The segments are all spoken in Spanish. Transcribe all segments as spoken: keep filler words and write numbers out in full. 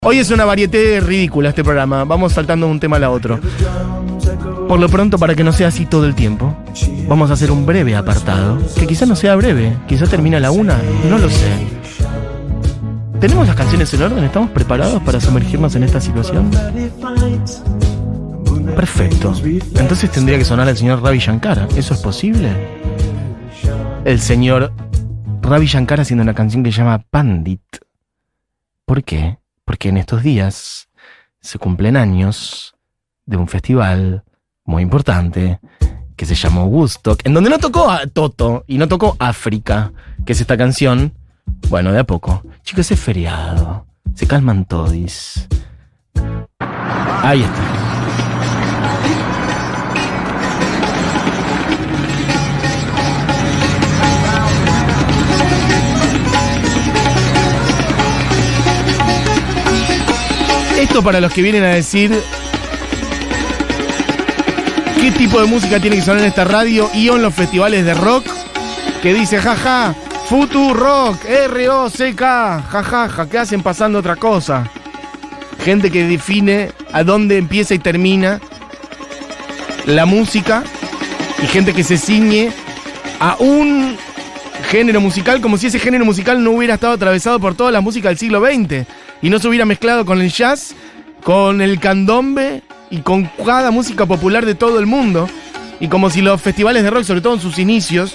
Hoy es una varieté ridícula este programa, vamos saltando de un tema a otro. Por lo pronto, para que no sea así todo el tiempo, vamos a hacer un breve apartado, que quizás no sea breve, quizás termina a la una, no lo sé. ¿Tenemos las canciones en orden? ¿Estamos preparados para sumergirnos en esta situación? Perfecto. Entonces tendría que sonar el señor Ravi Shankar. ¿Eso es posible? El señor Ravi Shankar haciendo una canción que se llama Pandit. ¿Por qué? Porque en estos días se cumplen años de un festival muy importante que se llamó Woodstock, en donde no tocó a Toto y no tocó África, que es esta canción. Bueno, de a poco. Chicos, es feriado. Se calman todis. Ahí está. Esto para los que vienen a decir qué tipo de música tiene que sonar en esta radio y o en los festivales de rock, que dice jaja, Futu Rock, R O C K, jajaja, ¿qué hacen pasando otra cosa? Gente que define a dónde empieza y termina la música y gente que se ciñe a un género musical como si ese género musical no hubiera estado atravesado por toda la música del siglo veinte y no se hubiera mezclado con el jazz, con el candombe y con cada música popular de todo el mundo, y como si los festivales de rock, sobre todo en sus inicios,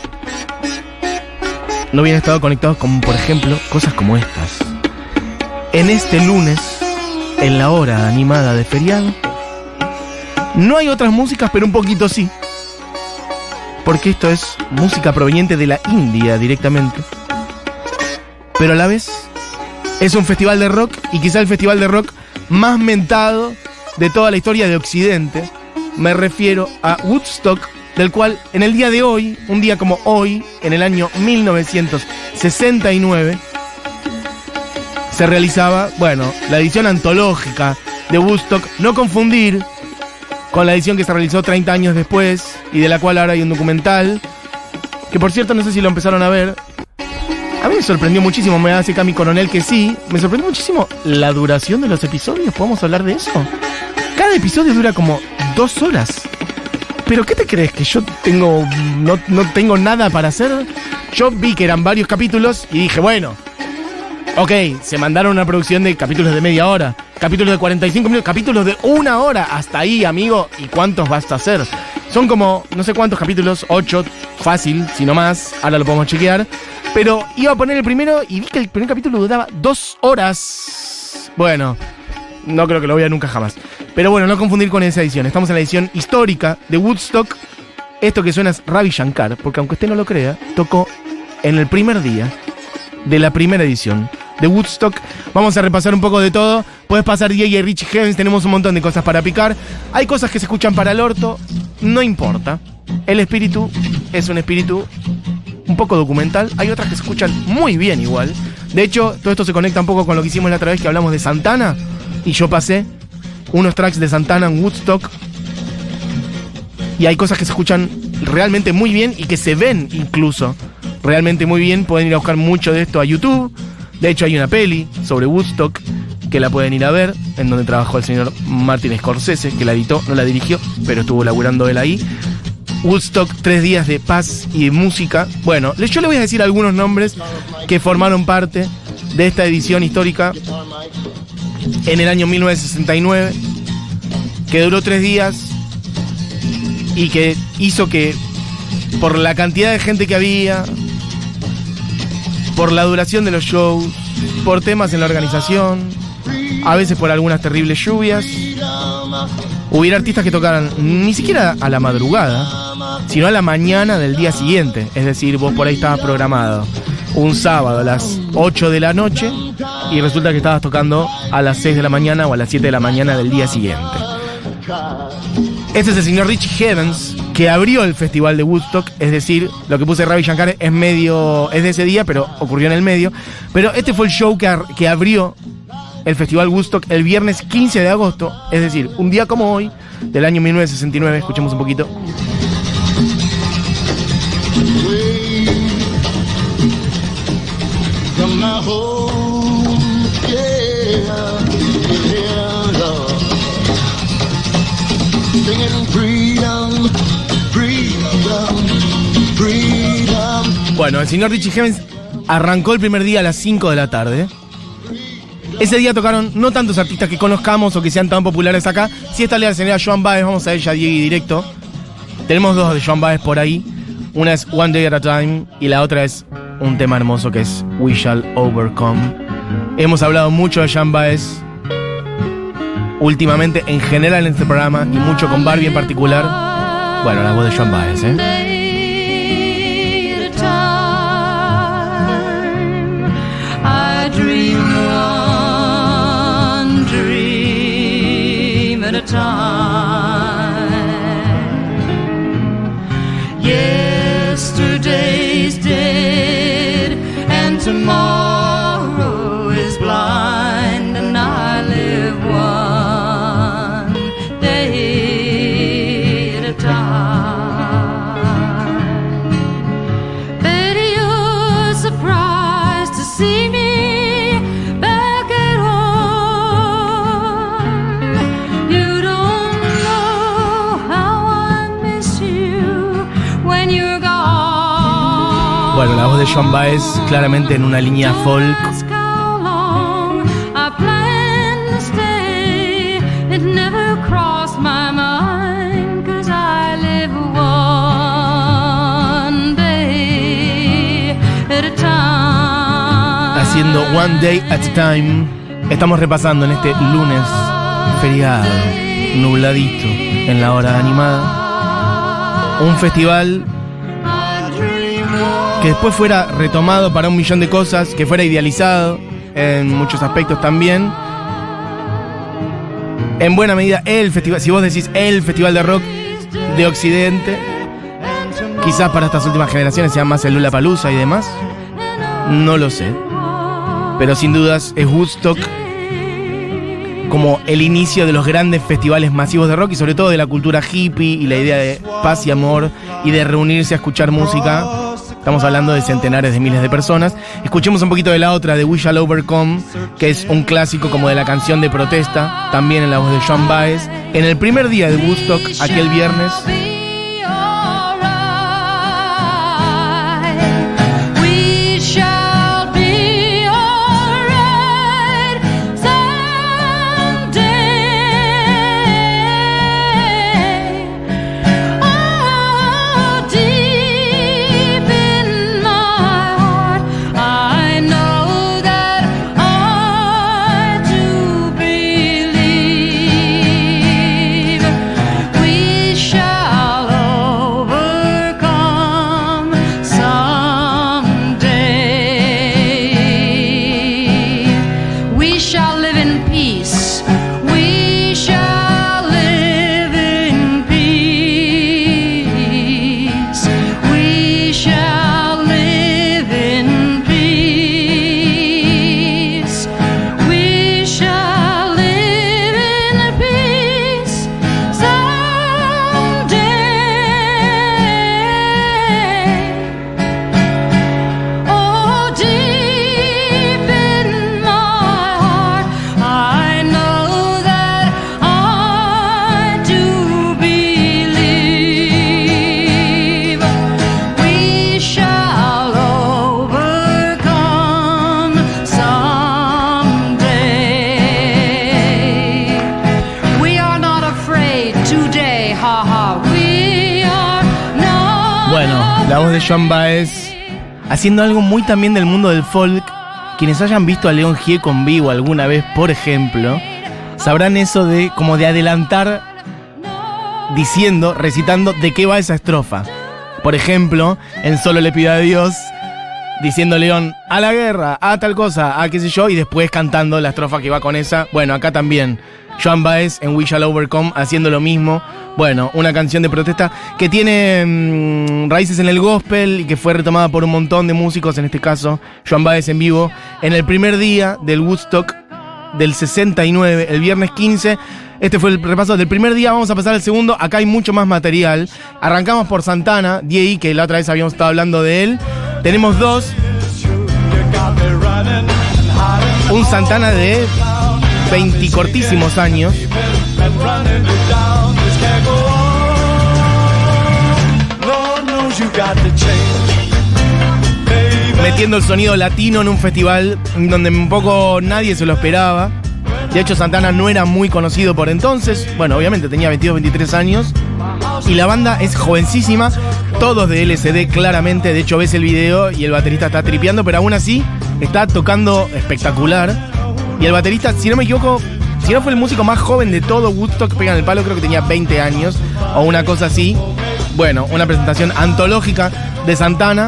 no hubieran estado conectados con, por ejemplo, cosas como estas. En este lunes, en la hora animada de feriado, no hay otras músicas, pero un poquito sí, porque esto es música proveniente de la India directamente, pero a la vez es un festival de rock, y quizá el festival de rock más mentado de toda la historia de Occidente. Me refiero a Woodstock, del cual en el día de hoy, un día como hoy, en el año mil novecientos sesenta y nueve, se realizaba, bueno, la edición antológica de Woodstock, no confundir con la edición que se realizó treinta años después, y de la cual ahora hay un documental, que por cierto no sé si lo empezaron a ver. A mí me sorprendió muchísimo, me hace Cami Coronel que sí. Me sorprendió muchísimo la duración de los episodios. ¿Podemos hablar de eso? Cada episodio dura como dos horas. ¿Pero qué te crees? ¿Que yo tengo no, no tengo nada para hacer? Yo vi que eran varios capítulos y dije, bueno, ok, se mandaron una producción de capítulos de media hora, capítulos de cuarenta y cinco minutos, capítulos de una hora. Hasta ahí, amigo. ¿Y cuántos vas a hacer? Son como, no sé cuántos capítulos, ocho, fácil, si no más. Ahora lo podemos chequear. Pero iba a poner el primero y vi que el primer capítulo duraba dos horas. Bueno, no creo que lo vea nunca jamás. Pero bueno, no confundir con esa edición. Estamos en la edición histórica de Woodstock. Esto que suena es Ravi Shankar, porque aunque usted no lo crea, tocó en el primer día de la primera edición de Woodstock. Vamos a repasar un poco de todo. Puedes pasar D J y Richie Havens, tenemos un montón de cosas para picar. Hay cosas que se escuchan para el orto, no importa. El espíritu es un espíritu un poco documental. Hay otras que se escuchan muy bien igual. De hecho, todo esto se conecta un poco con lo que hicimos la otra vez que hablamos de Santana. Y yo pasé unos tracks de Santana en Woodstock. Y hay cosas que se escuchan realmente muy bien y que se ven incluso realmente muy bien. Pueden ir a buscar mucho de esto a YouTube. De hecho, hay una peli sobre Woodstock que la pueden ir a ver, en donde trabajó el señor Martin Scorsese, que la editó, no la dirigió, pero estuvo laburando él ahí. Woodstock, tres días de paz y de música. Bueno, yo le voy a decir algunos nombres que formaron parte de esta edición histórica en el año mil novecientos sesenta y nueve, que duró tres días y que hizo que, por la cantidad de gente que había, por la duración de los shows, por temas en la organización, a veces por algunas terribles lluvias, hubiera artistas que tocaran ni siquiera a la madrugada, sino a la mañana del día siguiente. Es decir, vos por ahí estabas programado un sábado a las ocho de la noche y resulta que estabas tocando a las seis de la mañana o a las siete de la mañana del día siguiente. Este es el señor Richie Havens, que abrió el festival de Woodstock. Es decir, lo que puse Ravi Shankar es medio, es de ese día, pero ocurrió en el medio. Pero este fue el show que, que abrió el festival Woodstock el viernes quince de agosto. Es decir, un día como hoy, del año mil novecientos sesenta y nueve. Escuchemos un poquito. From my home, yeah. Bueno, el señor Richie Havens arrancó el primer día a las cinco de la tarde. Ese día tocaron no tantos artistas que conozcamos o que sean tan populares acá. Si esta le sería Joan Baez, vamos a ella directo. Tenemos dos de Joan Baez por ahí. Una es One Day at a Time y la otra es un tema hermoso que es We Shall Overcome. Hemos hablado mucho de Joan Baez últimamente en general en este programa y mucho con Barbie en particular. Bueno, la voz de Joan Baez, ¿eh? Yesterday's dead and tomorrow is blind and I live one day at a time. Betty, you're surprised to see me back at home. You don't know how I miss you when you're gone. Bueno, la voz de Joan Baez claramente en una línea folk. Haciendo One Day at a Time. Estamos repasando en este lunes feriado, nubladito, en la hora animada, un festival que después fuera retomado para un millón de cosas, que fuera idealizado en muchos aspectos también. En buena medida el festival, si vos decís el festival de rock de Occidente, quizás para estas últimas generaciones sea más el Lollapalooza y demás, no lo sé, pero sin dudas es Woodstock como el inicio de los grandes festivales masivos de rock y sobre todo de la cultura hippie y la idea de paz y amor y de reunirse a escuchar música. Estamos hablando de centenares de miles de personas. Escuchemos un poquito de la otra, de We Shall Overcome, que es un clásico como de la canción de protesta, también en la voz de Joan Baez, en el primer día de Woodstock, aquel viernes. La voz de Joan Baez haciendo algo muy también del mundo del folk. Quienes hayan visto a León Gieco en vivo alguna vez, por ejemplo, sabrán eso de como de adelantar diciendo, recitando de qué va esa estrofa. Por ejemplo, en Solo le pido a Dios, diciendo León, a la guerra, a tal cosa, a qué sé yo, y después cantando la estrofa que va con esa. Bueno, acá también Joan Baez en We Shall Overcome haciendo lo mismo. Bueno, una canción de protesta que tiene mmm, raíces en el gospel y que fue retomada por un montón de músicos, en este caso Joan Baez en vivo, en el primer día del Woodstock del sesenta y nueve, el viernes quince. Este fue el repaso del primer día, vamos a pasar al segundo. Acá hay mucho más material. Arrancamos por Santana, D A E, que la otra vez habíamos estado hablando de él. Tenemos dos. Un Santana de veinticortísimos años. metiendo el sonido latino en un festival donde un poco nadie se lo esperaba. De hecho, Santana no era muy conocido por entonces. Bueno, obviamente tenía veintidós, veintitrés años. Y la banda es jovencísima. Todos de L S D claramente. De hecho, ves el video y el baterista está tripeando, pero aún así está tocando espectacular. Y el baterista, si no me equivoco, si no fue el músico más joven de todo Woodstock, Pega en el Palo, creo que tenía veinte años o una cosa así. Bueno, una presentación antológica de Santana.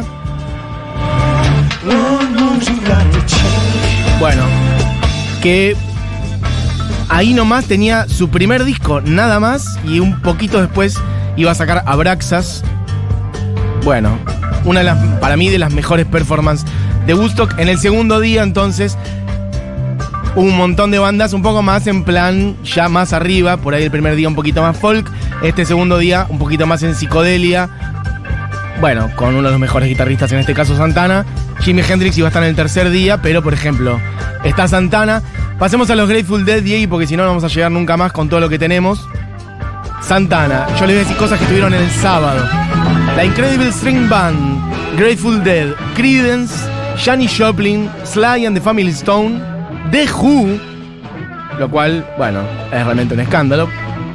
Bueno, que ahí nomás tenía su primer disco, nada más, y un poquito después iba a sacar Abraxas. Bueno, una de las, para mí, de las mejores performances de Woodstock. En el segundo día, entonces, hubo un montón de bandas un poco más en plan, ya más arriba. Por ahí el primer día un poquito más folk, este segundo día un poquito más en psicodelia. Bueno, con uno de los mejores guitarristas, en este caso Santana. Jimi Hendrix iba a estar en el tercer día, pero por ejemplo, está Santana. Pasemos a los Grateful Dead, Diego, porque si no, no vamos a llegar nunca más con todo lo que tenemos. Santana, yo les voy a decir cosas que estuvieron el sábado. La Incredible String Band, Grateful Dead, Creedence, Janis Joplin, Sly and the Family Stone, The Who, lo cual, bueno, es realmente un escándalo,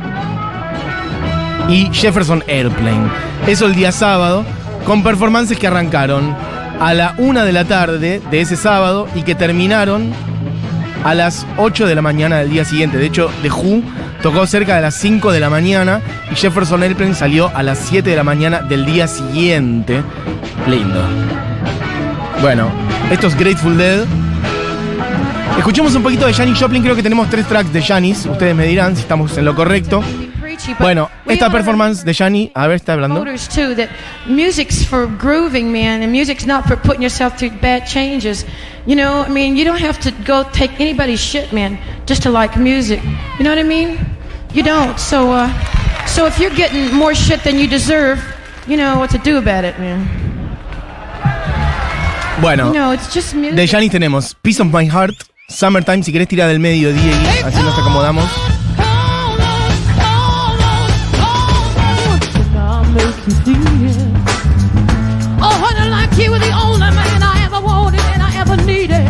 y Jefferson Airplane. Eso el día sábado, con performances que arrancaron a la una de la tarde de ese sábado y que terminaron a las ocho de la mañana del día siguiente. De hecho, The Who tocó cerca de las cinco de la mañana y Jefferson Airplane salió a las siete de la mañana del día siguiente. Lindo. Bueno, esto es Grateful Dead. Escuchemos un poquito de Janis Joplin. Creo que tenemos tres tracks de Janis. Ustedes me dirán si estamos en lo correcto. Bueno, esta performance de Janis, a ver, está hablando. Too, that music's for grooving, man, and music's not for putting yourself through bad changes. You know, I mean, you don't have to go take anybody's shit, man, just to like music. You know what I mean? You don't. So, uh, so if you're getting more shit than you deserve, you know what to do about it, man. Bueno, you know, it's just music. De Janis tenemos Piece of My Heart, Summertime, si querés tirar del medio, Diego, así nos acomodamos. Oh, honey, like you were the only man I ever wanted and I ever needed.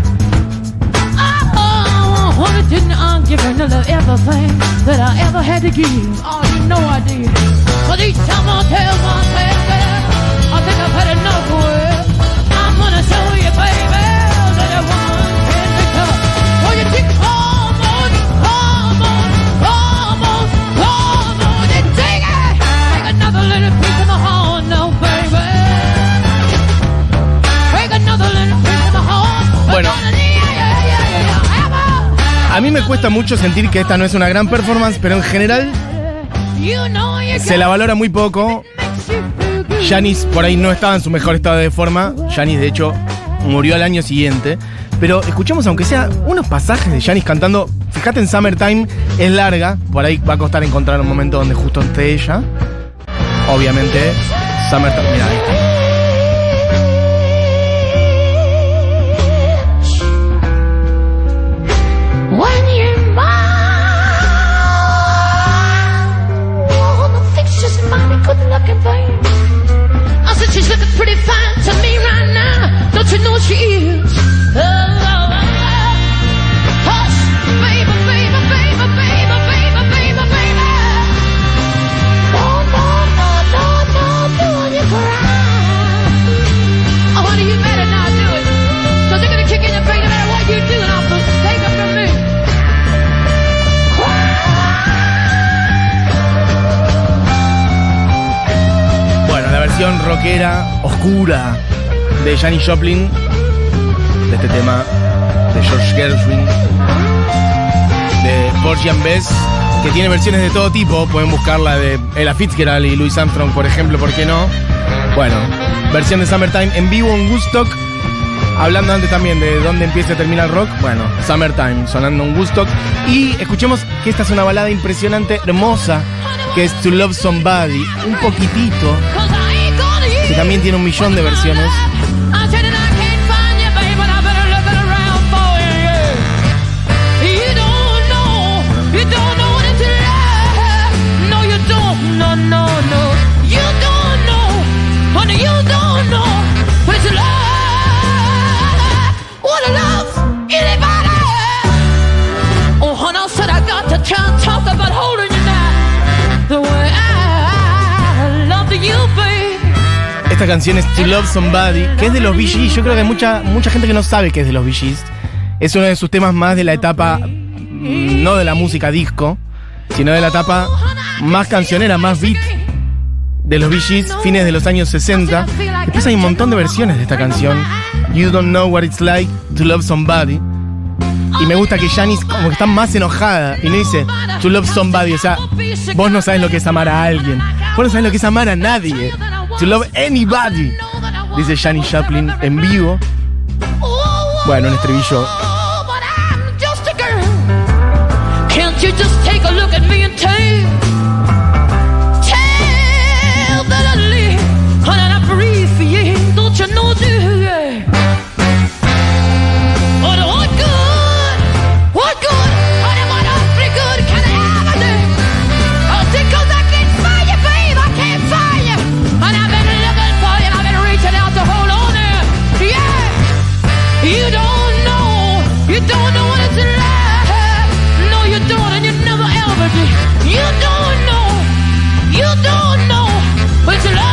Oh, honey, didn't I give another everything that I ever had to give? Oh, you know I did. But each time I tell myself that I think I've had enough with. I'm gonna show you, baby, that a woman can be tough. Oh, you think, come on, come on, come on, come on, and take it. Take another little piece of my heart now, baby. Take another little piece of my heart. Bueno, a mí me cuesta mucho sentir que esta no es una gran performance, pero en general se la valora muy poco. Janis por ahí no estaba en su mejor estado de forma. Janis, de hecho, murió al año siguiente. Pero escuchemos, aunque sea, unos pasajes de Janis cantando. Fíjate en Summertime, es larga. Por ahí va a costar encontrar un momento donde justo esté ella. Obviamente, Summertime, mira, ahí está. She's looking pretty fine to me right now. Don't you know she is? Oh, oh, oh. Hush, baby, baby, baby, baby, baby, baby, baby. No, no, no, no, no, doing you cry. Oh, honey, you better not do it. Cause they're gonna kick in your face no matter what you do, and I'll take it from me. Bueno, la versión rockera, oscura de Janis Joplin, de este tema de George Gershwin, de Porgy and Bess, que tiene versiones de todo tipo. Pueden buscarla de Ella Fitzgerald y Louis Armstrong, por ejemplo, ¿por qué no? Bueno, versión de Summertime en vivo en Woodstock. Hablando antes también de dónde empieza y termina el rock. Bueno, Summertime sonando en Woodstock. Y escuchemos que esta es una balada impresionante, hermosa, que es To Love Somebody, un poquitito, que también tiene un millón de versiones. Esta canción es To Love Somebody, que es de los Bee Gees. Yo creo que hay mucha, mucha gente que no sabe que es de los Bee Gees. Es uno de sus temas más de la etapa, no de la música disco, sino de la etapa más cancionera, más beat de los Bee Gees, fines de los años sesenta. Después hay un montón de versiones de esta canción. You don't know what it's like to love somebody. Y me gusta que Janis como que está más enojada y no dice to love somebody. O sea, vos no sabes lo que es amar a alguien. Vos no sabes lo que es amar a nadie. To love anybody, dice Janis Joplin en vivo. Bueno, un estribillo. Can't you just take a look at me and tell, tell that I live and I breathe for you? Don't you know, do you? What, what good? What good? What am I awfully good? Can I ever do? Oh, because I can't find you, babe. I can't find you. And I've been looking for you and I've been reaching out to hold on to. Yeah. You don't know. You don't know what it's like. You don't and you never ever did. You don't know, you don't know what's love.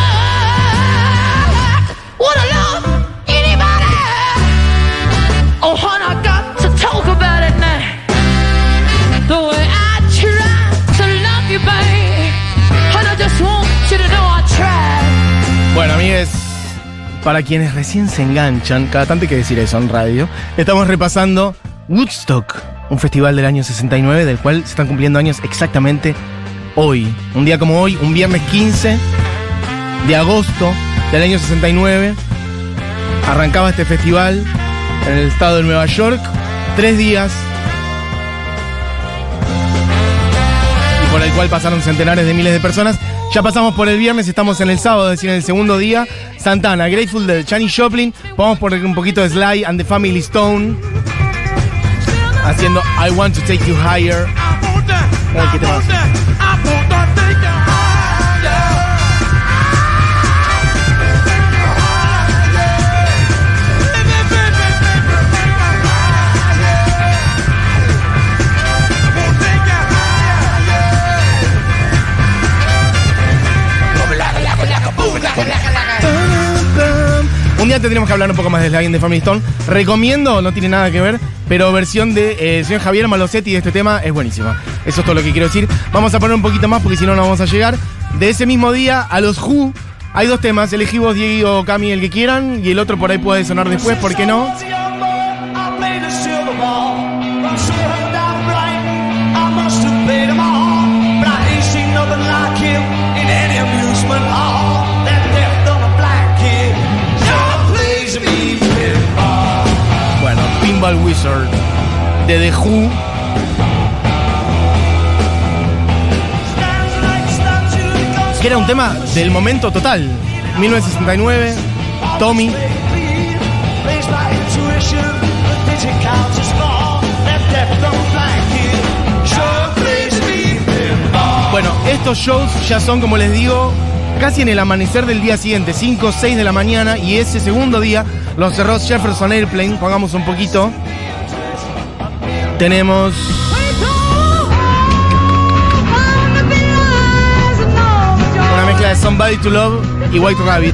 What I love anybody. Oh, honey, I got to talk about it now. The way I try to love you, babe. And I just want you to know I tried. Bueno, amigues, para quienes recién se enganchan, cada tanto hay que decir eso en radio, estamos repasando Woodstock, un festival del año sesenta y nueve, del cual se están cumpliendo años exactamente hoy. Un día como hoy, un viernes quince de agosto del año sesenta y nueve, arrancaba este festival en el estado de Nueva York. Tres días, y por el cual pasaron centenares de miles de personas. Ya pasamos por el viernes, estamos en el sábado, es decir, en el segundo día. Santana, Grateful de Janis Joplin. Vamos por un poquito de Sly and the Family Stone, haciendo I Want to Take You Higher. Ay, ¿qué te pasa? Un día tendríamos que hablar un poco más de Sly and the Family Stone. Recomiendo, no tiene nada que ver, pero versión de eh, señor Javier Malosetti de este tema es buenísima. Eso es todo lo que quiero decir. Vamos a poner un poquito más porque si no, no vamos a llegar. De ese mismo día, a los Who, hay dos temas. Elegí vos, Diego o Cami, el que quieran. Y el otro por ahí puede sonar después, ¿por qué no? Bueno, Pinball Wizard de The Who. Que era un tema del momento total. mil novecientos sesenta y nueve, Tommy. Bueno, estos shows ya son, como les digo, casi en el amanecer del día siguiente, cinco o seis de la mañana, y ese segundo día los cerró Jefferson Airplane. Pongamos un poquito. Tenemos... una mezcla de Somebody to Love y White Rabbit.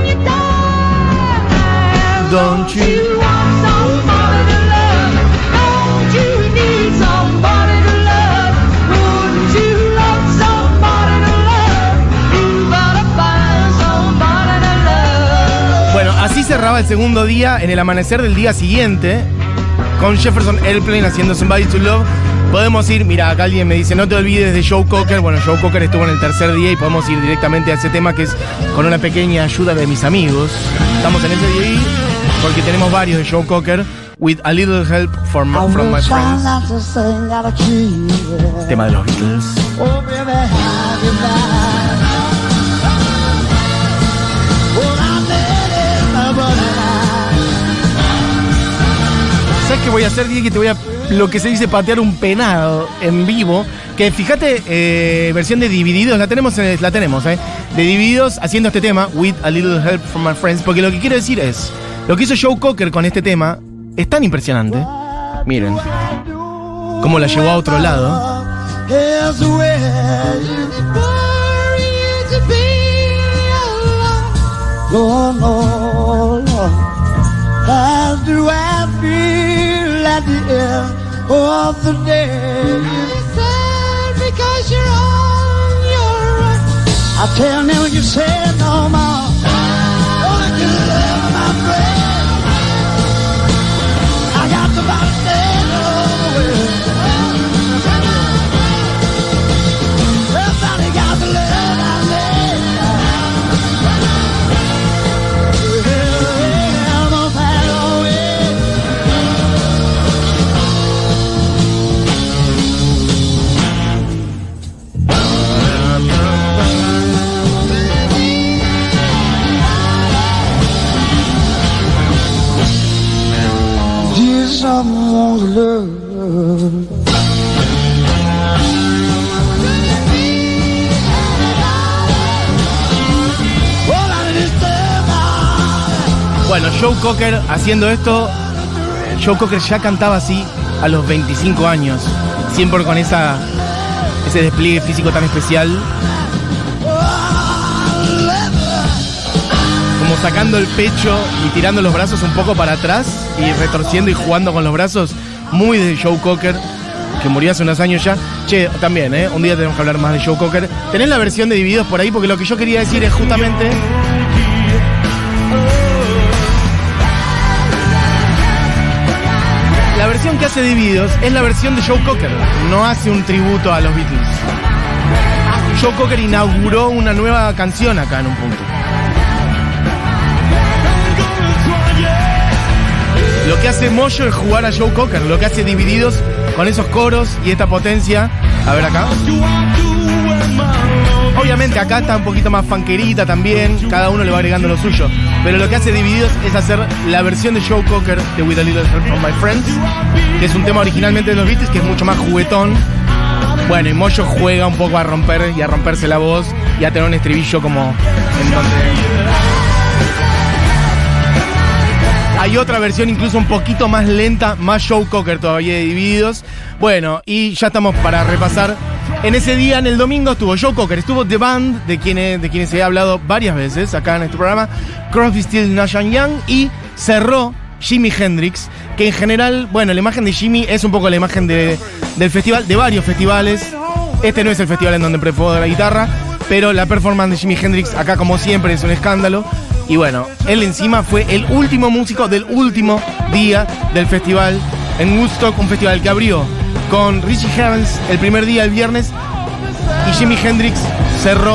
Don't you want somebody to love? Don't you need somebody to love? Wouldn't you love somebody to love? You gotta find somebody to love. Bueno, así cerraba el segundo día en el amanecer del día siguiente, con Jefferson Airplane haciendo Somebody to Love. Podemos ir, mira, acá alguien me dice, no te olvides de Joe Cocker. Bueno, Joe Cocker estuvo en el tercer día y podemos ir directamente a ese tema, que es con una pequeña ayuda de mis amigos. Estamos en ese día ahí porque tenemos varios de Joe Cocker. With a little help from, from my friends. Tema de los Beatles. ¿Sabes qué voy a hacer, Diego? Que te voy a, lo que se dice, patear un penado en vivo. Que fíjate, eh, versión de Divididos, la tenemos, en, la tenemos, eh. De Divididos haciendo este tema, With a Little Help from My Friends. Porque lo que quiero decir es, lo que hizo Joe Cocker con este tema es tan impresionante. Miren cómo la llevó a otro lado. Lord, Lord, Lord. How do I feel at the end of the day? It's sad because you're on your own. I tell them you say no more. Only to love my friend. I got to buy stand away. Somebody got to love my friend. I'm a bad away. Dear someone's love. Bueno, Joe Cocker haciendo esto. Joe Cocker ya cantaba así a los veinticinco años, siempre con esa ese despliegue físico tan especial, como sacando el pecho y tirando los brazos un poco para atrás y retorciendo y jugando con los brazos, muy de Joe Cocker, que murió hace unos años ya. Che, también, ¿eh? Un día tenemos que hablar más de Joe Cocker. ¿Tenés la versión de Divididos por ahí? Porque lo que yo quería decir es justamente... La versión que hace Divididos es la versión de Joe Cocker, no hace un tributo a los Beatles. Joe Cocker inauguró una nueva canción acá en un punto. Lo que hace Moyo es jugar a Joe Cocker, lo que hace Divididos con esos coros y esta potencia. A ver acá. Obviamente acá está un poquito más funkerita también, cada uno le va agregando lo suyo. Pero lo que hace Divididos es hacer la versión de Joe Cocker de With a Little Help from My Friends, que es un tema originalmente de los Beatles, que es mucho más juguetón. Bueno, y Moyo juega un poco a romper y a romperse la voz y a tener un estribillo como en donde... Hay otra versión incluso un poquito más lenta, más Joe Cocker todavía de Divididos. Bueno, y ya estamos para repasar. En ese día, en el domingo, estuvo Joe Cocker, estuvo The Band, de quienes, de quienes he hablado varias veces acá en este programa, Crosby, Stills, Nash and Young, y cerró Jimi Hendrix, que en general, bueno, la imagen de Jimi es un poco la imagen de, del festival, de varios festivales. Este no es el festival en donde probó la guitarra, pero la performance de Jimi Hendrix acá, como siempre, es un escándalo. Y bueno, él encima fue el último músico del último día del festival en Woodstock, un festival que abrió con Richie Havens el primer día, el viernes, y Jimi Hendrix cerró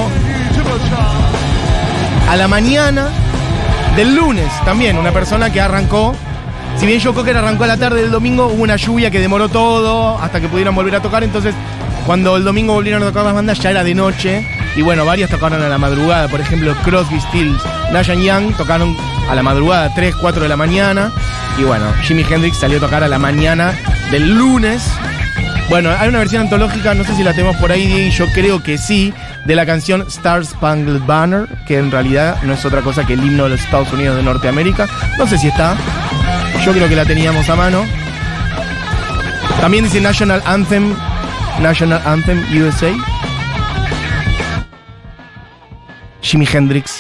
a la mañana del lunes. También una persona que arrancó, si bien Joe Cocker arrancó a la tarde del domingo, hubo una lluvia que demoró todo hasta que pudieran volver a tocar. Entonces, cuando el domingo volvieron a tocar las bandas, ya era de noche. Y bueno, varias tocaron a la madrugada. Por ejemplo, Crosby, Stills, Nash and Young tocaron a la madrugada, tres, cuatro de la mañana. Y bueno, Jimi Hendrix salió a tocar a la mañana del lunes. Bueno, hay una versión antológica, no sé si la tenemos por ahí, yo creo que sí, de la canción Star Spangled Banner, que en realidad no es otra cosa que el himno de los Estados Unidos de Norteamérica. No sé si está, yo creo que la teníamos a mano. También dice National Anthem, National Anthem U S A. Jimi Hendrix.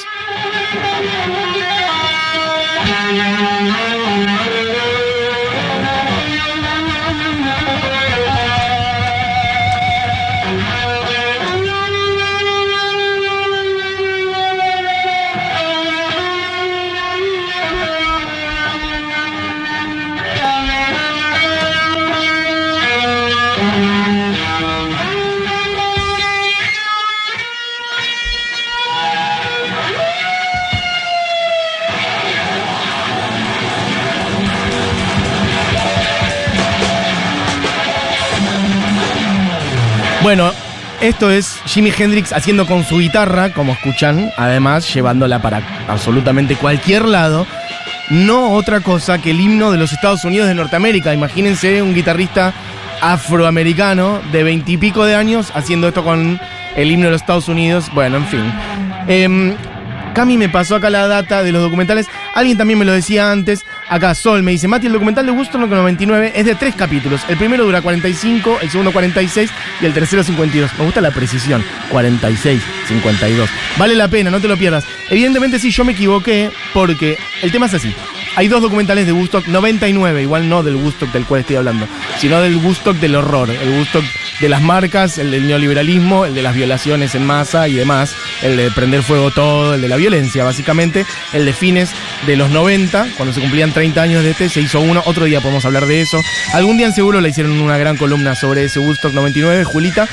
Bueno, esto es Jimi Hendrix haciendo con su guitarra, como escuchan, además llevándola para absolutamente cualquier lado. No otra cosa que el himno de los Estados Unidos de Norteamérica. Imagínense un guitarrista afroamericano de veintipico de años haciendo esto con el himno de los Estados Unidos. Bueno, en fin. Eh, Cami me pasó acá la data de los documentales. Alguien también me lo decía antes. Acá Sol me dice, Mati, el documental de Woodstock noventa y nueve es de tres capítulos. El primero dura cuarenta y cinco, el segundo cuarenta y seis y el tercero cincuenta y dos. Me gusta la precisión. cuarenta y seis, cincuenta y dos. Vale la pena, no te lo pierdas. Evidentemente sí, yo me equivoqué porque el tema es así. Hay dos documentales de Woodstock noventa y nueve, igual no del Woodstock del cual estoy hablando, sino del Woodstock del horror, el Woodstock de las marcas, el del neoliberalismo, el de las violaciones en masa y demás, el de prender fuego todo, el de la violencia básicamente, el de fines de los noventa, cuando se cumplían treinta años de este, se hizo uno, otro día podemos hablar de eso. Algún día seguro le hicieron una gran columna sobre ese Woodstock noventa y nueve, Julita.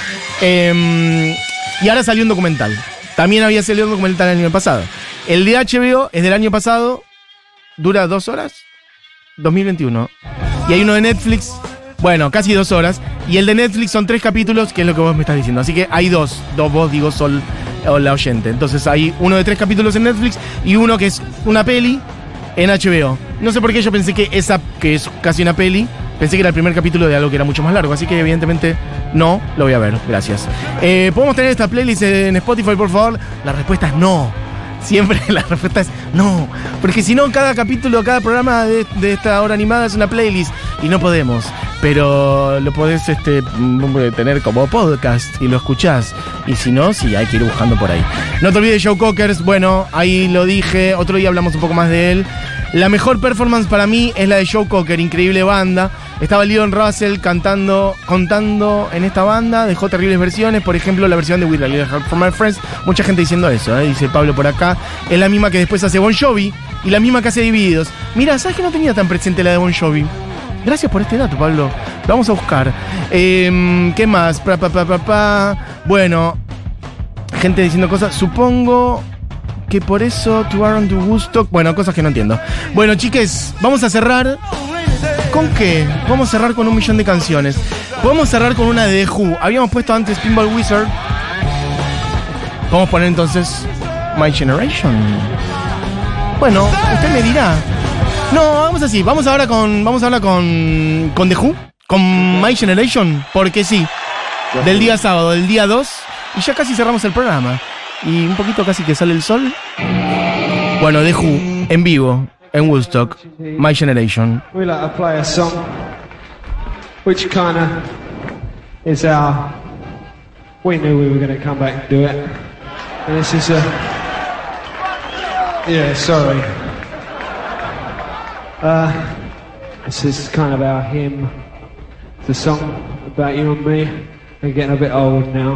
Eh, y ahora salió un documental. También había salido un documental el año pasado. El de H B O es del año pasado. ¿Dura dos horas? dos mil veintiuno. Y hay uno de Netflix, bueno, casi dos horas. Y el de Netflix son tres capítulos, que es lo que vos me estás diciendo. Así que hay dos, dos vos, digo, Sol, o la oyente. Entonces hay uno de tres capítulos en Netflix y uno que es una peli en H B O. No sé por qué yo pensé que esa, que es casi una peli, pensé que era el primer capítulo de algo que era mucho más largo. Así que evidentemente no, lo voy a ver, gracias. Eh, ¿Podemos tener esta playlist en Spotify, por favor? La respuesta es no. Siempre la respuesta es no, porque si no cada capítulo, cada programa de, de esta hora animada es una playlist y no podemos, pero lo podés este, tener como podcast y lo escuchás, y si no, sí, hay que ir buscando por ahí. No te olvides de Joe Cockers, bueno, ahí lo dije, otro día hablamos un poco más de él. La mejor performance para mí es la de Joe Cocker, increíble banda. Estaba Leon Russell cantando, contando en esta banda, dejó terribles versiones, por ejemplo la versión de With a Little Help from My Friends, mucha gente diciendo eso, ¿eh? Dice Pablo por acá, es la misma que después hace Bon Jovi y la misma que hace Divididos. Mira, ¿sabes que no tenía tan presente la de Bon Jovi? Gracias por este dato, Pablo, lo vamos a buscar. Eh, ¿Qué más? Pa, pa, pa, pa, pa. Bueno, gente diciendo cosas, supongo que por eso To Aaron to Woodstock, bueno, cosas que no entiendo. Bueno, chiques, vamos a cerrar. ¿Con qué? Vamos a cerrar con un millón de canciones. Podemos cerrar con una de The Who. Habíamos puesto antes Pinball Wizard. Vamos a poner entonces My Generation. Bueno, usted me dirá. No, vamos así. Vamos ahora con. Vamos ahora con. Con The Who. Con My Generation. Porque sí. Del día sábado, del día dos. Y ya casi cerramos el programa. Y un poquito casi que sale el sol. Bueno, The Who. En vivo. En Woodstock, My Generation. We like to play a song which kind of is our. We knew we were going to come back and do it, and this is a. Yeah, sorry. Uh, this is kind of our hymn. It's a song about you and me. We're getting a bit old now.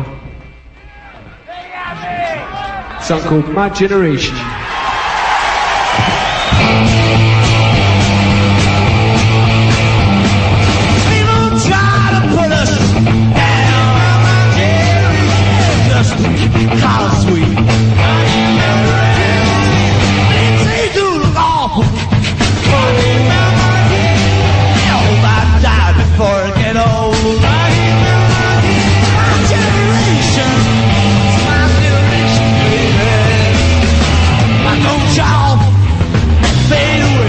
A song called My Generation. Cause we they do look awful. Hope I die before I get old. My generation, my generation, baby. Why don't y'all fade away?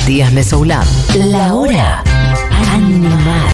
Matías Mesoulán. La hora